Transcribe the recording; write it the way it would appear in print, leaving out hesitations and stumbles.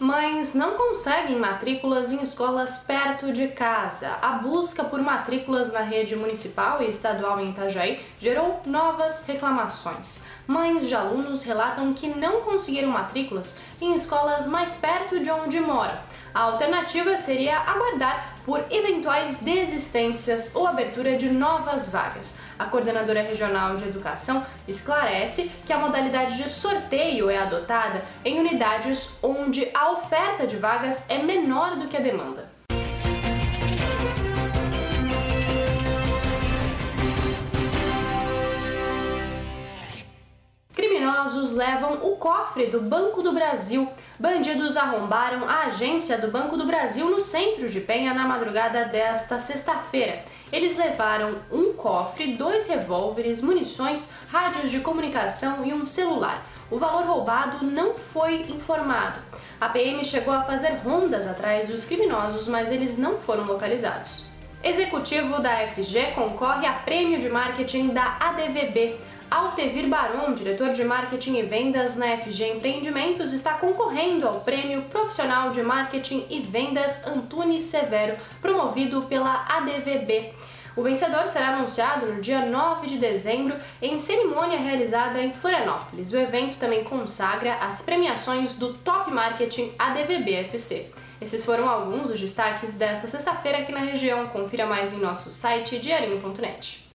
Mães não conseguem matrículas em escolas perto de casa. A busca por matrículas na rede municipal e estadual em Itajaí gerou novas reclamações. Mães de alunos relatam que não conseguiram matrículas em escolas mais perto de onde moram. A alternativa seria aguardar por eventuais desistências ou abertura de novas vagas. A coordenadora regional de educação esclarece que a modalidade de sorteio é adotada em unidades onde a oferta de vagas é menor do que a demanda. Criminosos levam o cofre do Banco do Brasil. Bandidos arrombaram a agência do Banco do Brasil no centro de Penha na madrugada desta sexta-feira. Eles levaram um cofre, 2 revólveres, munições, rádios de comunicação e um celular. O valor roubado não foi informado. A PM chegou a fazer rondas atrás dos criminosos, mas eles não foram localizados. Executivo da FG concorre a prêmio de marketing da ADVB. Altevir Baron, diretor de marketing e vendas na FG Empreendimentos, está concorrendo ao prêmio profissional de marketing e vendas Antunes Severo, promovido pela ADVB. O vencedor será anunciado no dia 9 de dezembro em cerimônia realizada em Florianópolis. O evento também consagra as premiações do Top Marketing ADVB SC. Esses foram alguns dos destaques desta sexta-feira aqui na região. Confira mais em nosso site diarinho.net.